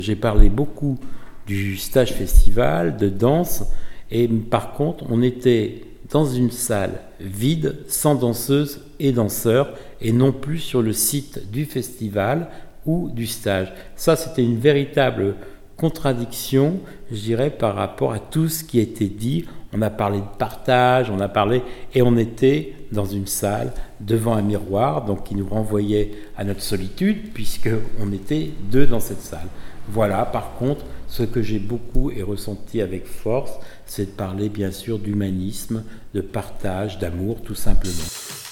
J'ai parlé beaucoup du stage festival, de danse, et par contre, on était dans une salle vide, sans danseuses et danseurs, et non plus sur le site du festival ou du stage. Ça, c'était une véritable contradiction, je dirais, par rapport à tout ce qui a été dit. On a parlé de partage, et on était dans une salle devant un miroir, donc qui nous renvoyait à notre solitude, puisqu'on était deux dans cette salle. Voilà, par contre, ce que j'ai beaucoup et ressenti avec force, c'est de parler bien sûr d'humanisme, de partage, d'amour, tout simplement.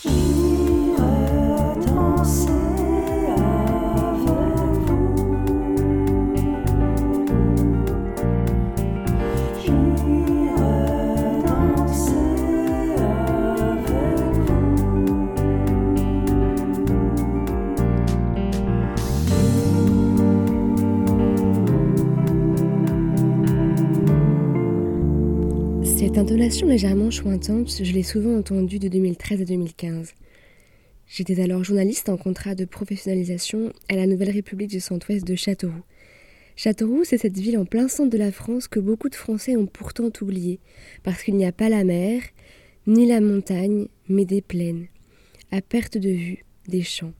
Cette intonation légèrement chointante, je l'ai souvent entendue de 2013 à 2015. J'étais alors journaliste en contrat de professionnalisation à la Nouvelle République du Centre-Ouest de Châteauroux. Châteauroux, c'est cette ville en plein centre de la France que beaucoup de Français ont pourtant oubliée, parce qu'il n'y a pas la mer, ni la montagne, mais des plaines, à perte de vue, des champs.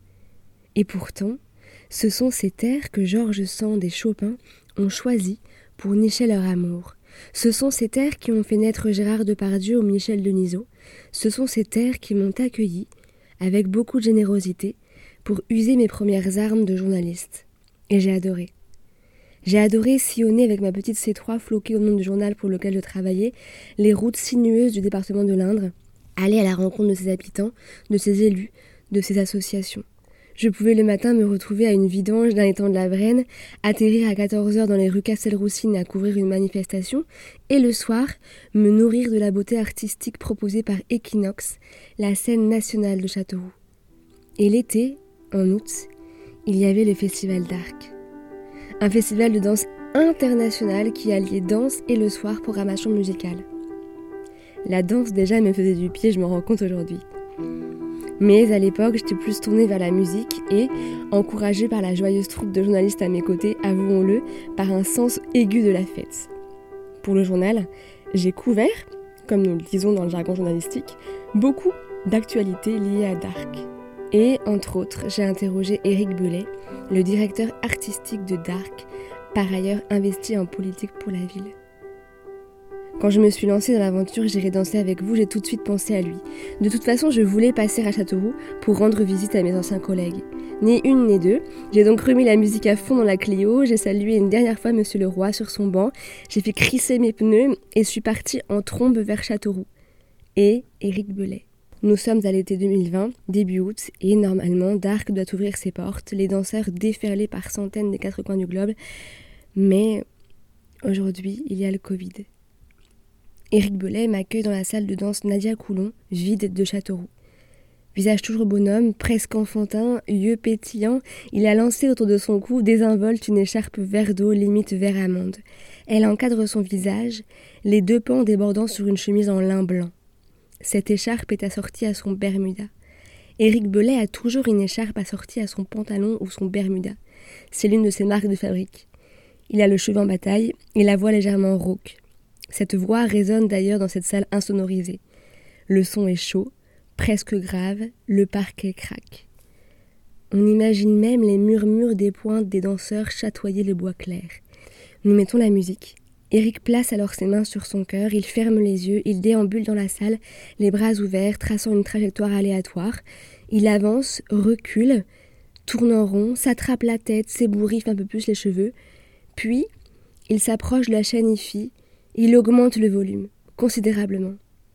Et pourtant, ce sont ces terres que Georges Sand et Chopin ont choisies pour nicher leur amour. Ce sont ces terres qui ont fait naître Gérard Depardieu ou Michel Denisot. Ce sont ces terres qui m'ont accueilli, avec beaucoup de générosité, pour user mes premières armes de journaliste. Et j'ai adoré. J'ai adoré sillonner avec ma petite C3 floquée au nom du journal pour lequel je travaillais, les routes sinueuses du département de l'Indre, aller à la rencontre de ses habitants, de ses élus, de ses associations. Je pouvais le matin me retrouver à une vidange d'un étang de la Brenne, atterrir à 14h dans les rues Castelroussine à couvrir une manifestation, et le soir, me nourrir de la beauté artistique proposée par Equinox, la scène nationale de Châteauroux. Et l'été, en août, il y avait le Festival d'Arc. Un festival de danse international qui alliait danse et le soir programmation musicale. La danse déjà me faisait du pied, je m'en rends compte aujourd'hui. Mais à l'époque, j'étais plus tournée vers la musique et, encouragée par la joyeuse troupe de journalistes à mes côtés, avouons-le, par un sens aigu de la fête. Pour le journal, j'ai couvert, comme nous le disons dans le jargon journalistique, beaucoup d'actualités liées à Dark. Et, entre autres, j'ai interrogé Éric Belay, le directeur artistique de Dark, par ailleurs investi en politique pour la ville. Quand je me suis lancée dans l'aventure J'irai danser avec vous, j'ai tout de suite pensé à lui. De toute façon, je voulais passer à Châteauroux pour rendre visite à mes anciens collègues. Ni une ni deux, j'ai donc remis la musique à fond dans la Clio, j'ai salué une dernière fois Monsieur Leroy sur son banc, j'ai fait crisser mes pneus et suis partie en trombe vers Châteauroux. Et Éric Belay. Nous sommes à l'été 2020, début août, et normalement, Dark doit ouvrir ses portes, les danseurs déferlés par centaines des quatre coins du globe. Mais aujourd'hui, il y a le Covid. Éric Belay m'accueille dans la salle de danse Nadia Coulon, vide de Châteauroux. Visage toujours bonhomme, presque enfantin, yeux pétillants, il a lancé autour de son cou désinvolte une écharpe vert d'eau limite vert amande. Elle encadre son visage, les deux pans débordant sur une chemise en lin blanc. Cette écharpe est assortie à son bermuda. Éric Belay a toujours une écharpe assortie à son pantalon ou son bermuda. C'est l'une de ses marques de fabrique. Il a le cheveu en bataille et la voix légèrement rauque. Cette voix résonne d'ailleurs dans cette salle insonorisée. Le son est chaud, presque grave, le parquet craque. On imagine même les murmures des pointes des danseurs chatoyer le bois clair. Nous mettons la musique. Éric place alors ses mains sur son cœur, il ferme les yeux, il déambule dans la salle, les bras ouverts, traçant une trajectoire aléatoire. Il avance, recule, tourne en rond, s'attrape la tête, s'ébouriffe un peu plus les cheveux. Puis, il s'approche de la chaîne hi-fi. Il augmente le volume, considérablement.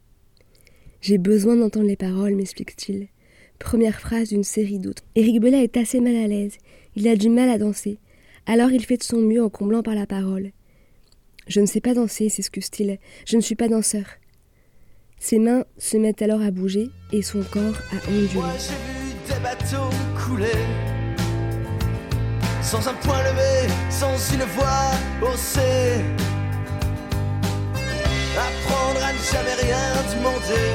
J'ai besoin d'entendre les paroles, m'explique-t-il. Première phrase d'une série d'autres. Éric Belay est assez mal à l'aise. Il a du mal à danser. Alors il fait de son mieux en comblant par la parole. Je ne sais pas danser, s'excuse-t-il. Je ne suis pas danseur. Ses mains se mettent alors à bouger et son corps à onduler. Moi j'ai vu des bateaux couler, sans un point levé, sans une voix haussée. Apprendre à ne jamais rien demander,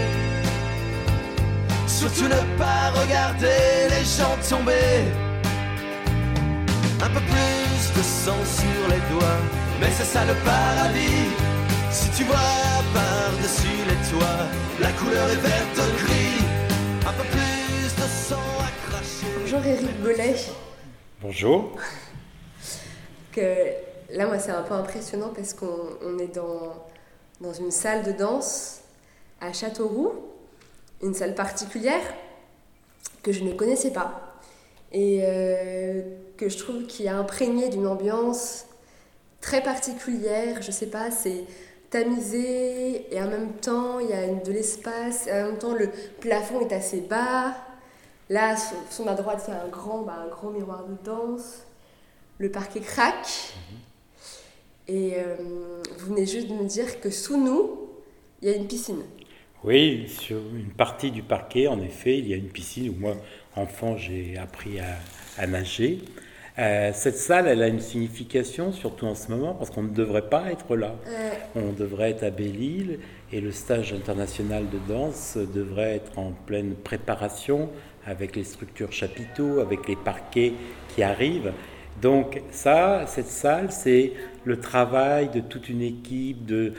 surtout ne pas regarder les gens tomber. un peu plus de sang sur les doigts. Mais c'est ça le paradis. Si tu vois par-dessus les toits, la couleur est verte gris. Un peu plus de sang à cracher. Bonjour Éric Belay. Bonjour. Là, moi, c'est un peu impressionnant parce qu'on est dans une salle de danse à Châteauroux, une salle particulière que je ne connaissais pas et que je trouve qui est imprégnée d'une ambiance très particulière. Je sais pas, c'est tamisé et en même temps, il y a de l'espace et en même temps, le plafond est assez bas. Là, sur ma droite, il y a un grand miroir de danse. Le parquet craque. Et vous venez juste de me dire que sous nous, il y a une piscine. Oui, sur une partie du parquet, en effet, il y a une piscine où moi, enfant, j'ai appris à nager. Cette salle, elle a une signification, surtout en ce moment, parce qu'on ne devrait pas être là. On devrait être à Belle-Île et le stage international de danse devrait être en pleine préparation avec les structures chapiteaux, avec les parquets qui arrivent. Donc cette salle, c'est le travail de toute une équipe de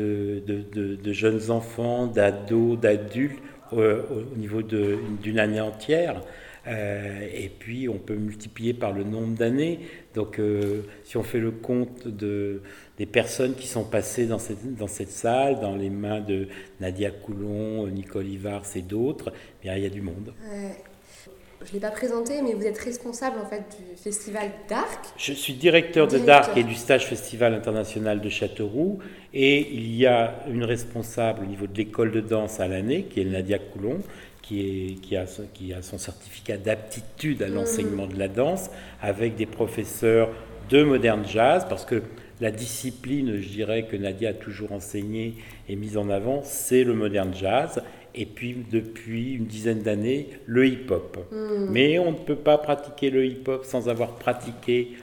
jeunes enfants, d'ados, d'adultes au niveau d'une année entière. Et puis on peut multiplier par le nombre d'années. Donc si on fait le compte des personnes qui sont passées dans cette salle, dans les mains de Nadia Coulon, Nicole Ivars et d'autres, bien, il y a du monde. Je ne l'ai pas présenté, mais vous êtes responsable en fait du festival d'Arc. Je suis directeur de d'Arc et du stage festival international de Châteauroux, et il y a une responsable au niveau de l'école de danse à l'année, qui est Nadia Coulon, qui a son certificat d'aptitude à l'enseignement de la danse, avec des professeurs de modern jazz, parce que la discipline, je dirais, que Nadia a toujours enseignée et mise en avant, c'est le modern jazz. Et puis, depuis une dizaine d'années, le hip-hop. Mais on ne peut pas pratiquer le hip-hop sans pratiquer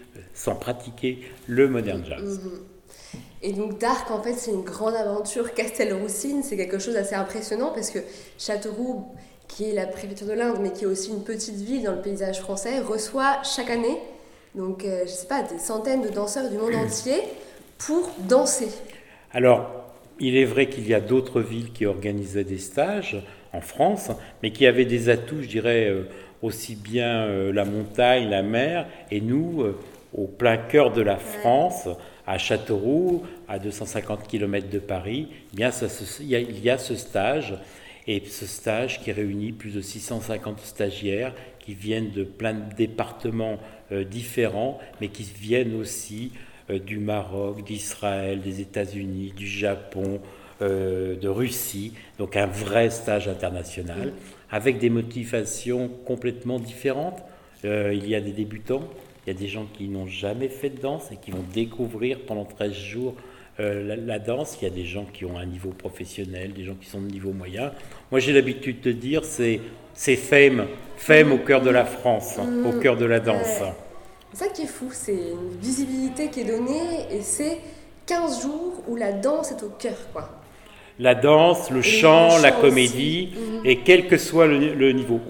le modern jazz. Et donc, d'Arc, en fait, c'est une grande aventure Castelroussine. C'est quelque chose d'assez impressionnant parce que Châteauroux, qui est la préfecture de l'Inde, mais qui est aussi une petite ville dans le paysage français, reçoit chaque année, donc, je sais pas, des centaines de danseurs du monde entier pour danser. Alors, il est vrai qu'il y a d'autres villes qui organisaient des stages en France, mais qui avaient des atouts, je dirais, aussi bien la montagne, la mer, et nous, au plein cœur de la France, à Châteauroux, à 250 km de Paris, eh bien, il y a ce stage, et ce stage qui réunit plus de 650 stagiaires qui viennent de plein de départements différents, mais qui viennent aussi du Maroc, d'Israël, des États-Unis, du Japon, de Russie, donc un vrai stage international, avec des motivations complètement différentes. Il y a des débutants, il y a des gens qui n'ont jamais fait de danse et qui vont découvrir pendant 13 jours la danse. Il y a des gens qui ont un niveau professionnel, des gens qui sont de niveau moyen. Moi, j'ai l'habitude de dire, c'est femme au cœur de la France, au cœur de la danse. C'est ça qui est fou, c'est une visibilité qui est donnée et c'est 15 jours où la danse est au cœur, quoi. La danse, le chant, la comédie, et quel que soit le niveau.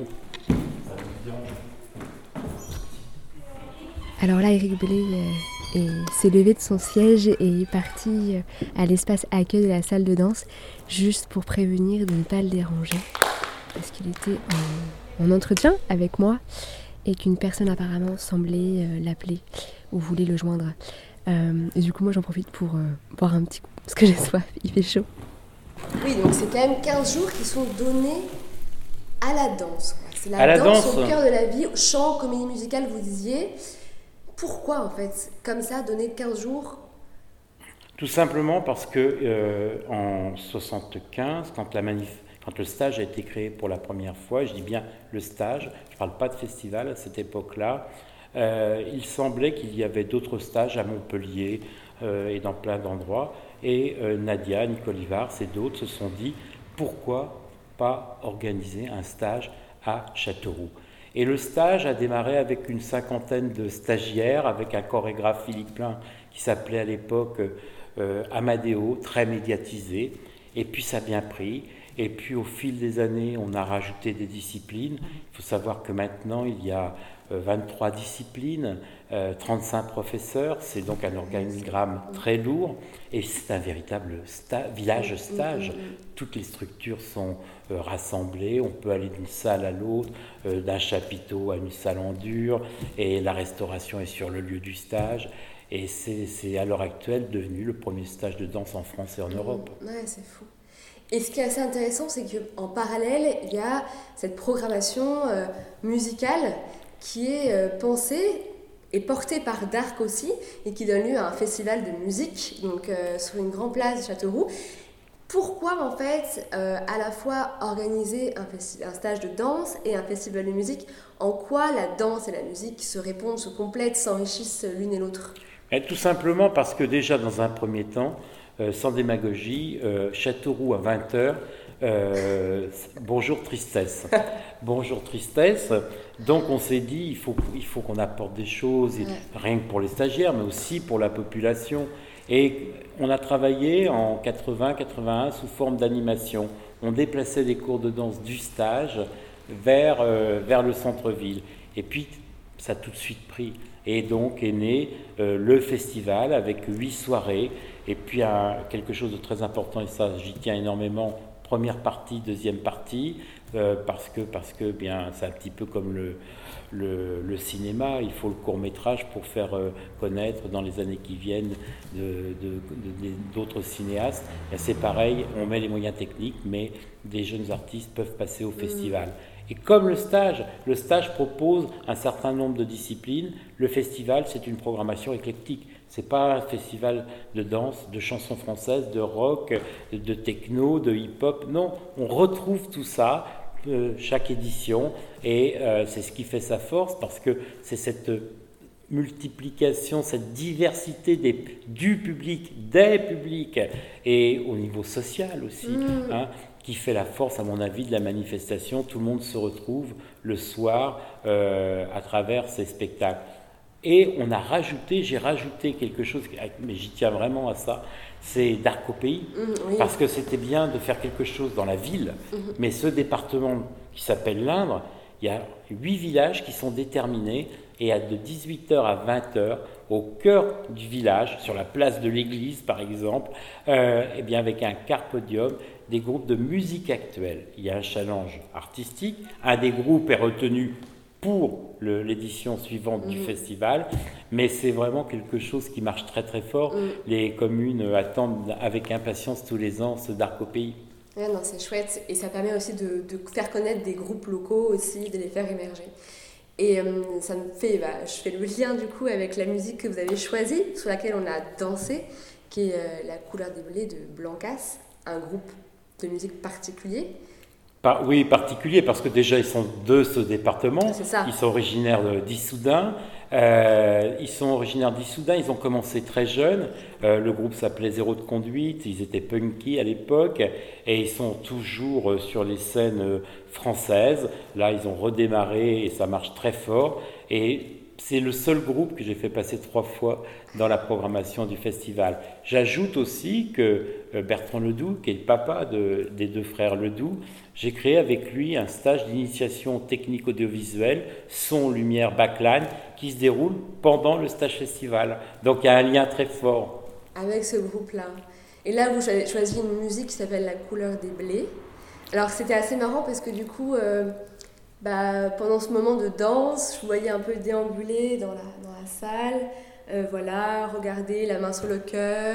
Alors là, Éric Belay s'est levé de son siège et est parti à l'espace accueil de la salle de danse, juste pour prévenir de ne pas le déranger, parce qu'il était en entretien avec moi, et qu'une personne apparemment semblait l'appeler ou voulait le joindre. Et du coup, moi, j'en profite pour boire un petit coup, parce que j'ai soif, il fait chaud. Oui, donc c'est quand même 15 jours qui sont donnés à la danse, quoi. C'est la danse au cœur de la vie, chant, comédie musicale, vous disiez. Pourquoi, en fait, comme ça, donner 15 jours ? Tout simplement parce que en 1975, quand le stage a été créé pour la première fois, je dis bien le stage, je ne parle pas de festival à cette époque-là, il semblait qu'il y avait d'autres stages à Montpellier et dans plein d'endroits. Et Nadia, Nicole Ivars et d'autres se sont dit, pourquoi pas organiser un stage à Châteauroux ? Et le stage a démarré avec une cinquantaine de stagiaires, avec un chorégraphe philippin qui s'appelait à l'époque Amadeo, très médiatisé. Et puis ça a bien pris. Et puis au fil des années, on a rajouté des disciplines. Il faut savoir que maintenant, il y a 23 disciplines, 35 professeurs, c'est donc un organigramme très lourd et c'est un véritable village stage. Toutes les structures sont rassemblées, on peut aller d'une salle à l'autre, d'un chapiteau à une salle en dur et la restauration est sur le lieu du stage. Et c'est à l'heure actuelle devenu le premier stage de danse en France et en Europe. Ouais, c'est fou. Et ce qui est assez intéressant, c'est qu'en parallèle, il y a cette programmation musicale qui est pensée et portée par Dark aussi, et qui donne lieu à un festival de musique, donc sur une grande place de Châteauroux. Pourquoi en fait à la fois organiser un stage de danse et un festival de musique? En quoi la danse et la musique se répondent, se complètent, s'enrichissent l'une et l'autre? Tout simplement parce que déjà dans un premier temps, sans démagogie, Châteauroux à 20h, bonjour tristesse. Bonjour tristesse. Donc on s'est dit, il faut qu'on apporte des choses, rien que pour les stagiaires, mais aussi pour la population. Et on a travaillé en 80-81 sous forme d'animation. On déplaçait les cours de danse du stage vers le centre-ville. Et puis ça a tout de suite pris. Et donc est né le festival avec 8 soirées. Et puis quelque chose de très important, et ça j'y tiens énormément, première partie, deuxième partie, parce que bien, c'est un petit peu comme le cinéma, il faut le court-métrage pour faire connaître dans les années qui viennent d'autres cinéastes. Et c'est pareil, on met les moyens techniques, mais des jeunes artistes peuvent passer au festival. Et comme le stage propose un certain nombre de disciplines, le festival, c'est une programmation éclectique. C'est pas un festival de danse, de chansons françaises, de rock, de techno, de hip-hop. Non, on retrouve tout ça chaque édition et c'est ce qui fait sa force parce que c'est cette multiplication, cette diversité du public, des publics et au niveau social aussi, qui fait la force, à mon avis, de la manifestation. Tout le monde se retrouve le soir à travers ces spectacles. Et j'ai rajouté quelque chose, mais j'y tiens vraiment à ça, c'est Dark au pays, parce que c'était bien de faire quelque chose dans la ville, mais ce département qui s'appelle l'Indre, il y a 8 villages qui sont déterminés, et de 18h à 20h, au cœur du village, sur la place de l'église par exemple, et bien avec un carpodium, des groupes de musique actuelle. Il y a un challenge artistique, un des groupes est retenu pour l'édition suivante du festival, mais c'est vraiment quelque chose qui marche très très fort. Les communes attendent avec impatience tous les ans ce Dark au pays. Ouais, non, c'est chouette, et ça permet aussi de faire connaître des groupes locaux aussi, de les faire émerger. Et ça me fait, je fais le lien du coup avec la musique que vous avez choisie, sur laquelle on a dansé, qui est La couleur des blés de Blancas, un groupe de musique particulier. Oui, particulier, parce que déjà ils sont de ce département, c'est ça. Ils sont originaires d'Issoudun, ils ont commencé très jeunes, le groupe s'appelait Zéro de conduite, ils étaient punky à l'époque, et ils sont toujours sur les scènes françaises. Là ils ont redémarré et ça marche très fort, et c'est le seul groupe que j'ai fait passer 3 fois dans la programmation du festival. J'ajoute aussi que Bertrand Ledoux, qui est le papa des 2 frères Ledoux, j'ai créé avec lui un stage d'initiation technique audiovisuelle, son, lumière, backline, qui se déroule pendant le stage festival. Donc il y a un lien très fort. Avec ce groupe-là. Et là, vous avez choisi une musique qui s'appelle La couleur des blés. Alors c'était assez marrant parce que du coup, pendant ce moment de danse, je vous voyais un peu déambuler dans la salle, regarder la main sur le cœur.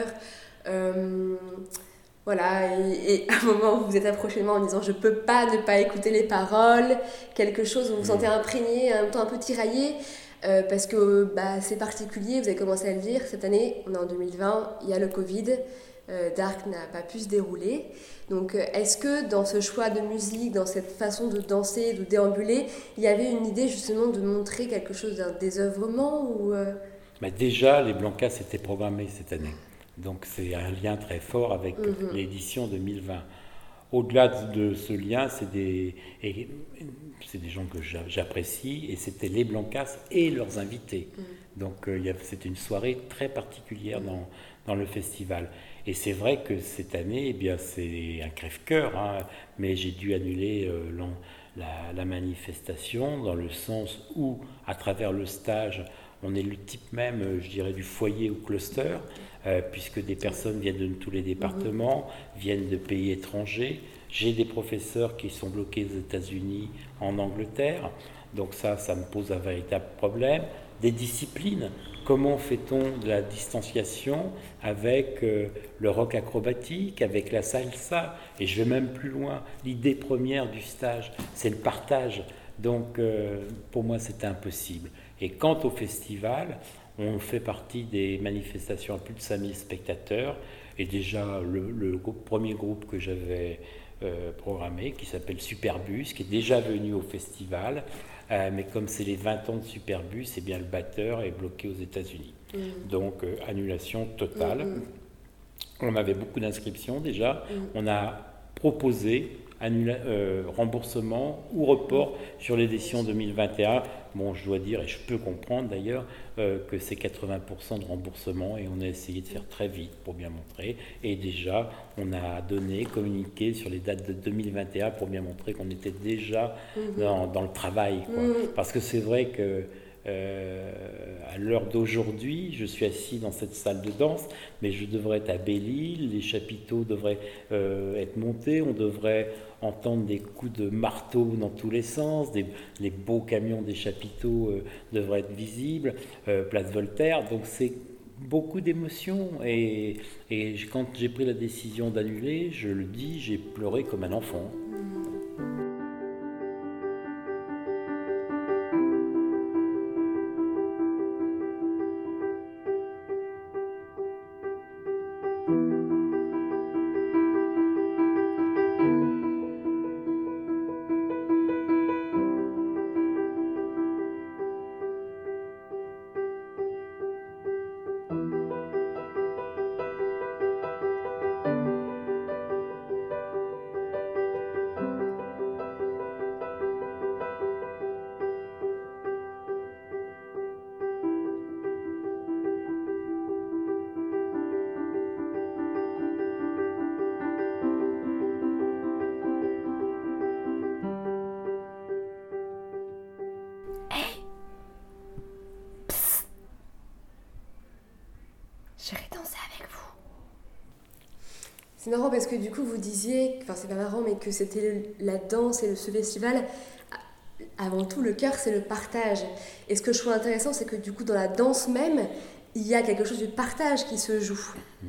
Et à un moment où vous êtes approché de moi en disant je peux pas ne pas écouter les paroles, quelque chose où vous vous sentez imprégné, en même temps un peu tiraillé, parce que c'est particulier, vous avez commencé à le dire, cette année, on est en 2020, il y a le Covid, Dark n'a pas pu se dérouler. Donc est-ce que dans ce choix de musique, dans cette façon de danser, de déambuler, il y avait une idée justement de montrer quelque chose d'un désœuvrement ou Déjà, les Blancas étaient programmés cette année. Donc c'est un lien très fort avec l'édition 2020. Au-delà de ce lien, c'est des gens que j'apprécie, et c'était les Blancas et leurs invités. Donc c'était une soirée très particulière dans le festival. Et c'est vrai que cette année, c'est un crève-cœur, mais j'ai dû annuler la manifestation, dans le sens où, à travers le stage, on est le type même, je dirais, du foyer ou cluster, puisque des personnes viennent de tous les départements, viennent de pays étrangers. J'ai des professeurs qui sont bloqués aux États-Unis, en Angleterre, donc ça me pose un véritable problème. Des disciplines, comment fait-on de la distanciation avec le rock acrobatique, avec la salsa? Et je vais même plus loin, l'idée première du stage, c'est le partage. Donc pour moi c'était impossible. Et quant au festival, on fait partie des manifestations à plus de 5000 spectateurs, et déjà le premier groupe que j'avais programmé, qui s'appelle Superbus, qui est déjà venu au festival, mais comme c'est les 20 ans de Superbus, eh bien le batteur est bloqué aux États-Unis. Donc annulation totale. On avait beaucoup d'inscriptions déjà. On a proposé remboursement ou report sur l'édition 2021. Bon, je dois dire, et je peux comprendre d'ailleurs, que c'est 80% de remboursement, et on a essayé de faire très vite pour bien montrer. Et déjà, on a communiqué sur les dates de 2021 pour bien montrer qu'on était déjà dans le travail, quoi. Parce que c'est vrai que à l'heure d'aujourd'hui, je suis assis dans cette salle de danse, mais je devrais être à Belle-Île, les chapiteaux devraient être montés, on devrait entendre des coups de marteau dans tous les sens, les beaux camions des chapiteaux devraient être visibles, place Voltaire, donc c'est beaucoup d'émotions, et quand j'ai pris la décision d'annuler, je le dis, j'ai pleuré comme un enfant. J'irai danser avec vous. C'est marrant parce que du coup vous disiez, enfin c'est pas marrant, mais que c'était la danse et ce festival, avant tout le cœur c'est le partage. Et ce que je trouve intéressant, c'est que du coup dans la danse même, il y a quelque chose de partage qui se joue.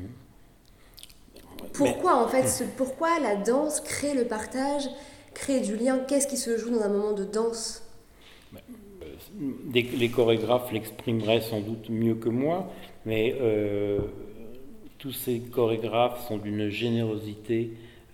Pourquoi en fait, pourquoi la danse crée le partage, crée du lien? Qu'est-ce qui se joue dans un moment de danse? Les chorégraphes l'exprimeraient sans doute mieux que moi, mais tous ces chorégraphes sont d'une générosité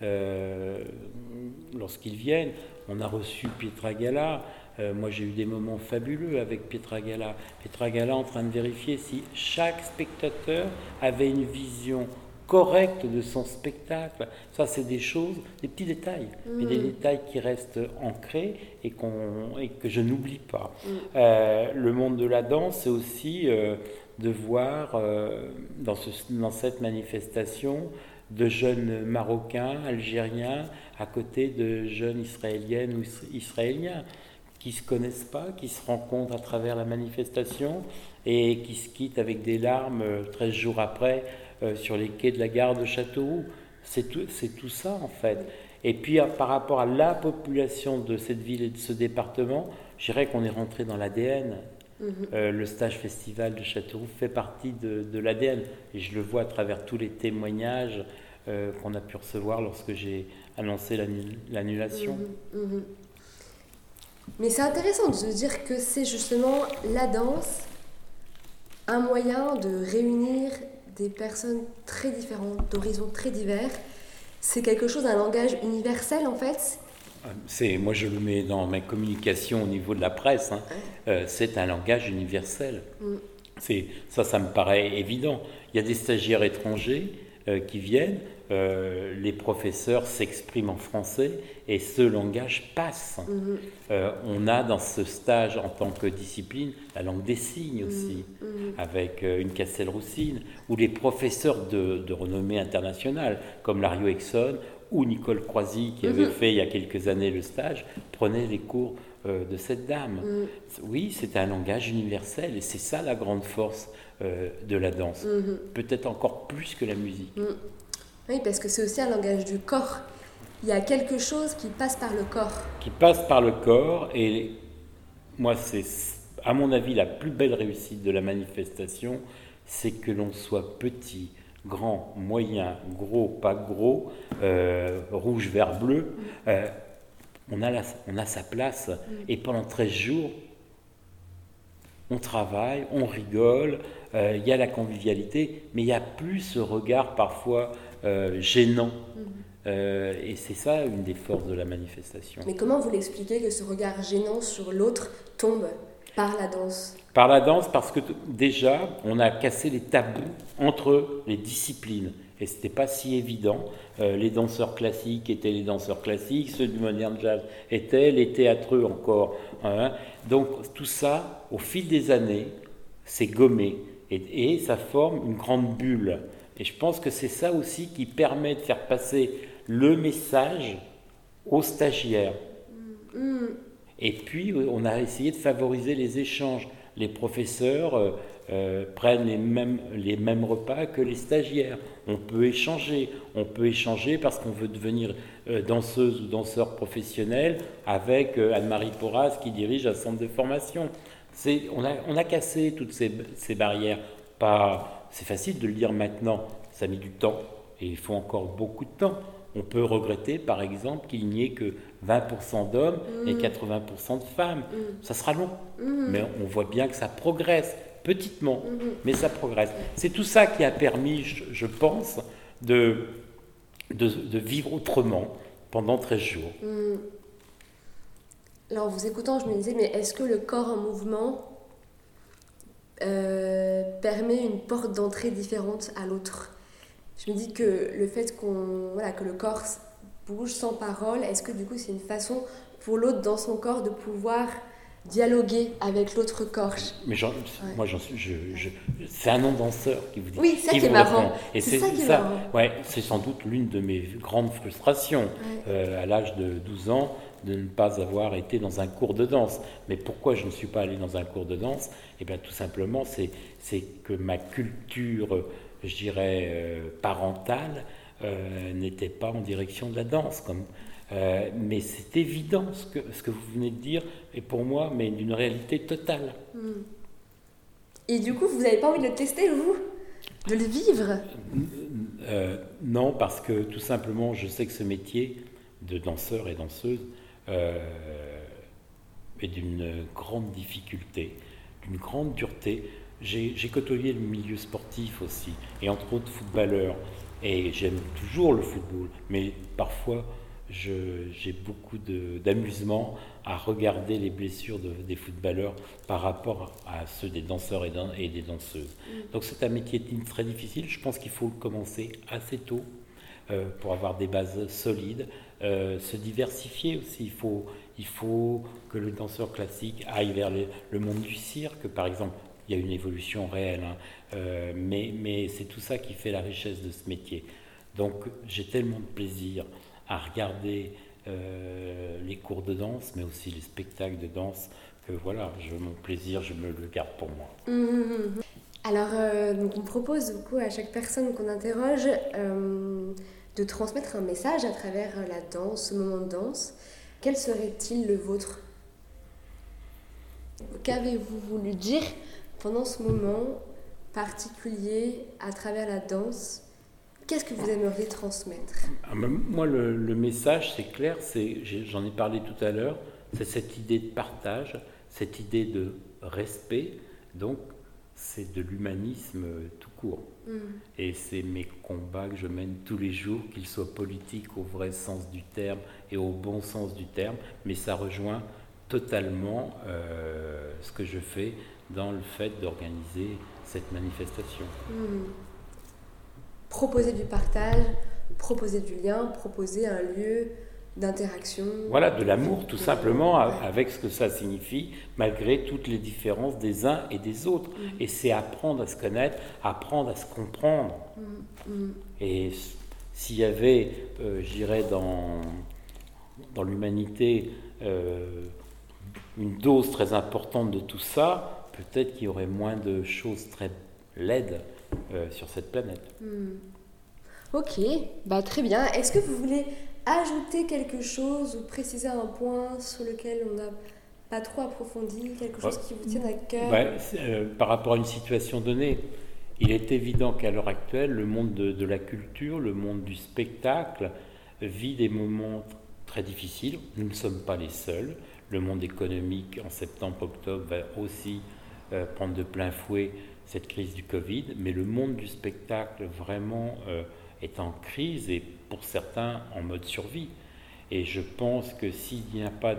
lorsqu'ils viennent. On a reçu Pietra Gala. Moi, j'ai eu des moments fabuleux avec Pietra Gala. Pietra Gala en train de vérifier si chaque spectateur avait une vision correcte de son spectacle. Ça, c'est des choses, des petits détails, mais des détails qui restent ancrés et que je n'oublie pas. Le monde de la danse, c'est aussi de voir dans cette manifestation de jeunes Marocains, Algériens, à côté de jeunes Israéliennes ou Israéliens, qui ne se connaissent pas, qui se rencontrent à travers la manifestation et qui se quittent avec des larmes 13 jours après sur les quais de la gare de Châteauroux. C'est tout ça en fait. Et puis par rapport à la population de cette ville et de ce département, je dirais qu'on est rentré dans l'ADN. Le stage festival de Châteauroux fait partie de l'ADN, et je le vois à travers tous les témoignages qu'on a pu recevoir lorsque j'ai annoncé l'annulation. Mais c'est intéressant de se dire que c'est justement la danse un moyen de réunir des personnes très différentes, d'horizons très divers. C'est quelque chose, un langage universel en fait. Moi je le mets dans ma communication au niveau de la presse, c'est un langage universel. Ça me paraît évident. Il y a des stagiaires étrangers qui viennent, les professeurs s'expriment en français et ce langage passe. On a dans ce stage en tant que discipline la langue des signes aussi, avec une Castelroussine, où les professeurs de renommée internationale, comme Lario Exon ou Nicole Croisy, qui avait fait il y a quelques années le stage, prenaient les cours de cette dame. Oui, c'est un langage universel et c'est ça la grande force de la danse. Peut-être encore plus que la musique. Oui, parce que c'est aussi un langage du corps. Il y a quelque chose qui passe par le corps. Qui passe par le corps et moi, c'est à mon avis la plus belle réussite de la manifestation, c'est que l'on soit petit, grand, moyen, gros, pas gros, rouge, vert, bleu. On a sa place et pendant 13 jours, on travaille, on rigole, il y a la convivialité, mais il n'y a plus ce regard parfois gênant. Et c'est ça une des forces de la manifestation. Mais comment vous l'expliquez que ce regard gênant sur l'autre tombe par la danse ? Par la danse, parce que déjà, on a cassé les tabous entre les disciplines. Et ce n'était pas si évident. Les danseurs classiques étaient les danseurs classiques, ceux du modern jazz étaient, les théâtreux encore. Donc tout ça, au fil des années, s'est gommé. Et ça forme une grande bulle. Et je pense que c'est ça aussi qui permet de faire passer le message aux stagiaires. Et puis, on a essayé de favoriser les échanges. Les professeurs prennent les mêmes repas que les stagiaires. On peut échanger parce qu'on veut devenir danseuse ou danseur professionnel avec Anne-Marie Porras qui dirige un centre de formation. On a cassé toutes ces barrières. C'est facile de le dire maintenant, ça a mis du temps et il faut encore beaucoup de temps. On peut regretter, par exemple, qu'il n'y ait que 20% d'hommes et 80% de femmes. Ça sera long, mais on voit bien que ça progresse, petitement, mais ça progresse. C'est tout ça qui a permis, je pense, de vivre autrement pendant 13 jours. Alors, en vous écoutant, je me disais, mais est-ce que le corps en mouvement permet une porte d'entrée différente à l'autre ? Je me dis que le fait que le corps bouge sans parole, est-ce que du coup c'est une façon pour l'autre dans son corps de pouvoir dialoguer avec l'autre corps ? Mais moi j'en suis, c'est un non-danseur qui vous dit. Oui, c'est ça qui est marrant. Et c'est ça qui est marrant. Ouais, c'est sans doute l'une de mes grandes frustrations à l'âge de 12 ans de ne pas avoir été dans un cours de danse. Mais pourquoi je ne suis pas allé dans un cours de danse ? Eh bien tout simplement c'est que ma culture, je dirais, parentale, n'était pas en direction de la danse. Mais c'est évident ce que vous venez de dire, et pour moi, mais d'une réalité totale. Et du coup, vous n'avez pas envie de le tester, vous ? De le vivre ? Non, parce que tout simplement, je sais que ce métier de danseur et danseuse est d'une grande difficulté, d'une grande dureté. J'ai côtoyé le milieu sportif aussi, et entre autres footballeur, et j'aime toujours le football, mais parfois j'ai beaucoup d'amusement à regarder les blessures des footballeurs par rapport à ceux des danseurs et des danseuses. Donc c'est un métier très difficile, je pense qu'il faut commencer assez tôt pour avoir des bases solides, se diversifier aussi, il faut que le danseur classique aille vers le monde du cirque, par exemple. Il y a une évolution réelle, mais c'est tout ça qui fait la richesse de ce métier. Donc j'ai tellement de plaisir à regarder les cours de danse, mais aussi les spectacles de danse, que voilà, mon plaisir, je me le garde pour moi. Alors, donc on propose du coup à chaque personne qu'on interroge de transmettre un message à travers la danse, ce moment de danse. Quel serait-il le vôtre ? Qu'avez-vous voulu dire pendant ce moment particulier à travers la danse? Qu'est-ce que vous aimeriez transmettre? Moi, le message, c'est clair, j'en ai parlé tout à l'heure, c'est cette idée de partage, cette idée de respect, donc c'est de l'humanisme tout court. Et c'est mes combats que je mène tous les jours, qu'ils soient politiques au vrai sens du terme et au bon sens du terme, mais ça rejoint totalement ce que je fais dans le fait d'organiser cette manifestation. proposer du partage, proposer du lien, proposer un lieu d'interaction. Voilà, de l'amour tout simplement, avec ce que ça signifie, malgré toutes les différences des uns et des autres. Et c'est apprendre à se connaître, apprendre à se comprendre. Et s'il y avait, je dirais, dans l'humanité, une dose très importante de tout ça, peut-être qu'il y aurait moins de choses très laides sur cette planète. Ok, très bien. Est-ce que vous voulez ajouter quelque chose ou préciser un point sur lequel on n'a pas trop approfondi, quelque chose qui vous tienne à cœur? Par rapport à une situation donnée, il est évident qu'à l'heure actuelle, le monde de la culture, le monde du spectacle vit des moments très difficiles. Nous ne sommes pas les seuls. Le monde économique, en septembre-octobre, va aussi prendre de plein fouet cette crise du Covid. Mais le monde du spectacle, vraiment, est en crise et pour certains en mode survie. Et je pense que s'il n'y a pas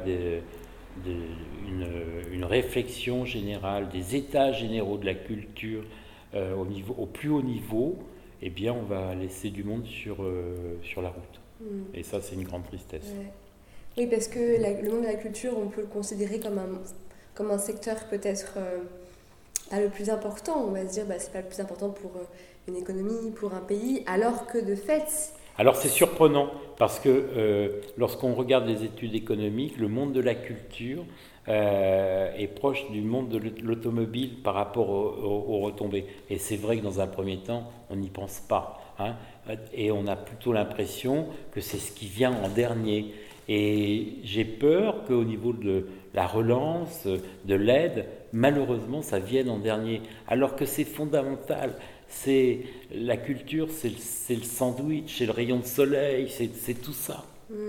une réflexion générale, des états généraux de la culture au plus haut niveau, eh bien on va laisser du monde sur la route. Et ça, c'est une grande tristesse. Ouais. Oui, parce que le monde de la culture, on peut le considérer comme un secteur peut-être pas le plus important. On va se dire, c'est pas le plus important pour une économie, pour un pays, alors que de fait... Alors c'est surprenant, parce que lorsqu'on regarde les études économiques, le monde de la culture est proche du monde de l'automobile par rapport aux retombées. Et c'est vrai que dans un premier temps, on n'y pense pas. Et on a plutôt l'impression que c'est ce qui vient en dernier. Et j'ai peur qu'au niveau de la relance, de l'aide, malheureusement, ça vienne en dernier. Alors que c'est fondamental. C'est la culture, c'est le sandwich, c'est le rayon de soleil, c'est tout ça.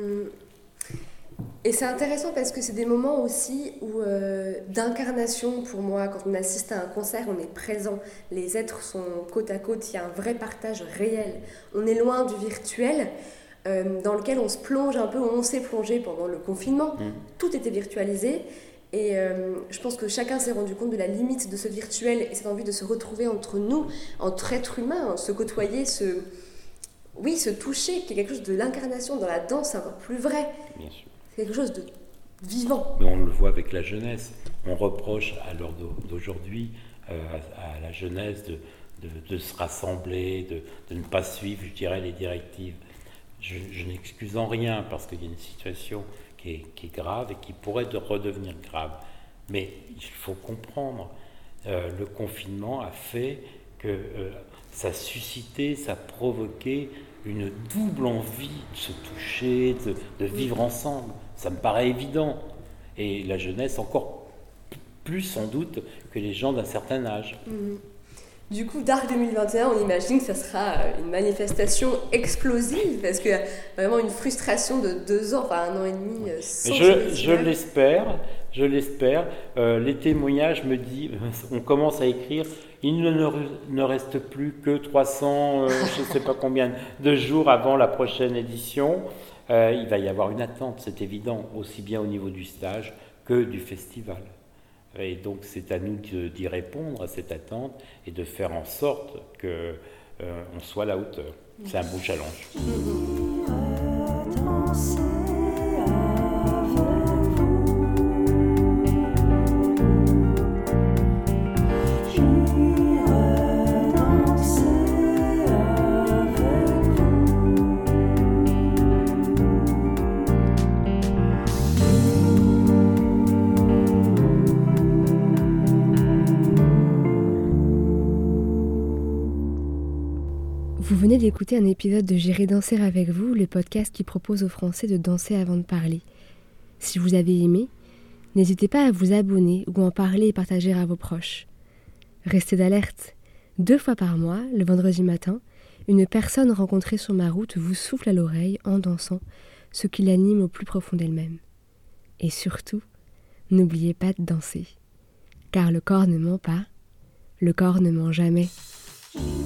Et c'est intéressant parce que c'est des moments aussi où d'incarnation pour moi. Quand on assiste à un concert, on est présent. Les êtres sont côte à côte, il y a un vrai partage réel. On est loin du virtuel dans lequel on se plonge un peu, on s'est plongé pendant le confinement. Tout était virtualisé. Et je pense que chacun s'est rendu compte de la limite de ce virtuel et cette envie de se retrouver entre nous, entre êtres humains, se côtoyer, se toucher, qui est quelque chose de l'incarnation dans la danse, c'est encore plus vrai. Bien sûr. C'est quelque chose de vivant. Mais on le voit avec la jeunesse. On reproche à l'heure d'aujourd'hui à la jeunesse de se rassembler, de ne pas suivre, je dirais, les directives. Je n'excuse en rien parce qu'il y a une situation qui est grave et qui pourrait redevenir grave. Mais il faut comprendre, le confinement a fait que ça a suscité, ça a provoqué une double envie de se toucher, de vivre ensemble. Ça me paraît évident. Et la jeunesse encore plus sans doute que les gens d'un certain âge. Du coup, Dark 2021, on imagine que ça sera une manifestation explosive, parce qu'il y a vraiment une frustration de 2 ans, enfin 1 an et demi. Je l'espère. Les témoignages me disent, on commence à écrire, il ne reste plus que 300, je ne sais pas combien de jours avant la prochaine édition. Il va y avoir une attente, c'est évident, aussi bien au niveau du stage que du festival. Et donc c'est à nous d'y répondre à cette attente et de faire en sorte qu'on soit à la hauteur. C'est un beau challenge. Vous venez d'écouter un épisode de J'irai danser avec vous, le podcast qui propose aux Français de danser avant de parler. Si vous avez aimé, n'hésitez pas à vous abonner ou en parler et partager à vos proches. Restez d'alerte. 2 fois par mois, le vendredi matin, une personne rencontrée sur ma route vous souffle à l'oreille en dansant ce qui l'anime au plus profond d'elle-même. Et surtout, n'oubliez pas de danser. Car le corps ne ment pas, le corps ne ment jamais.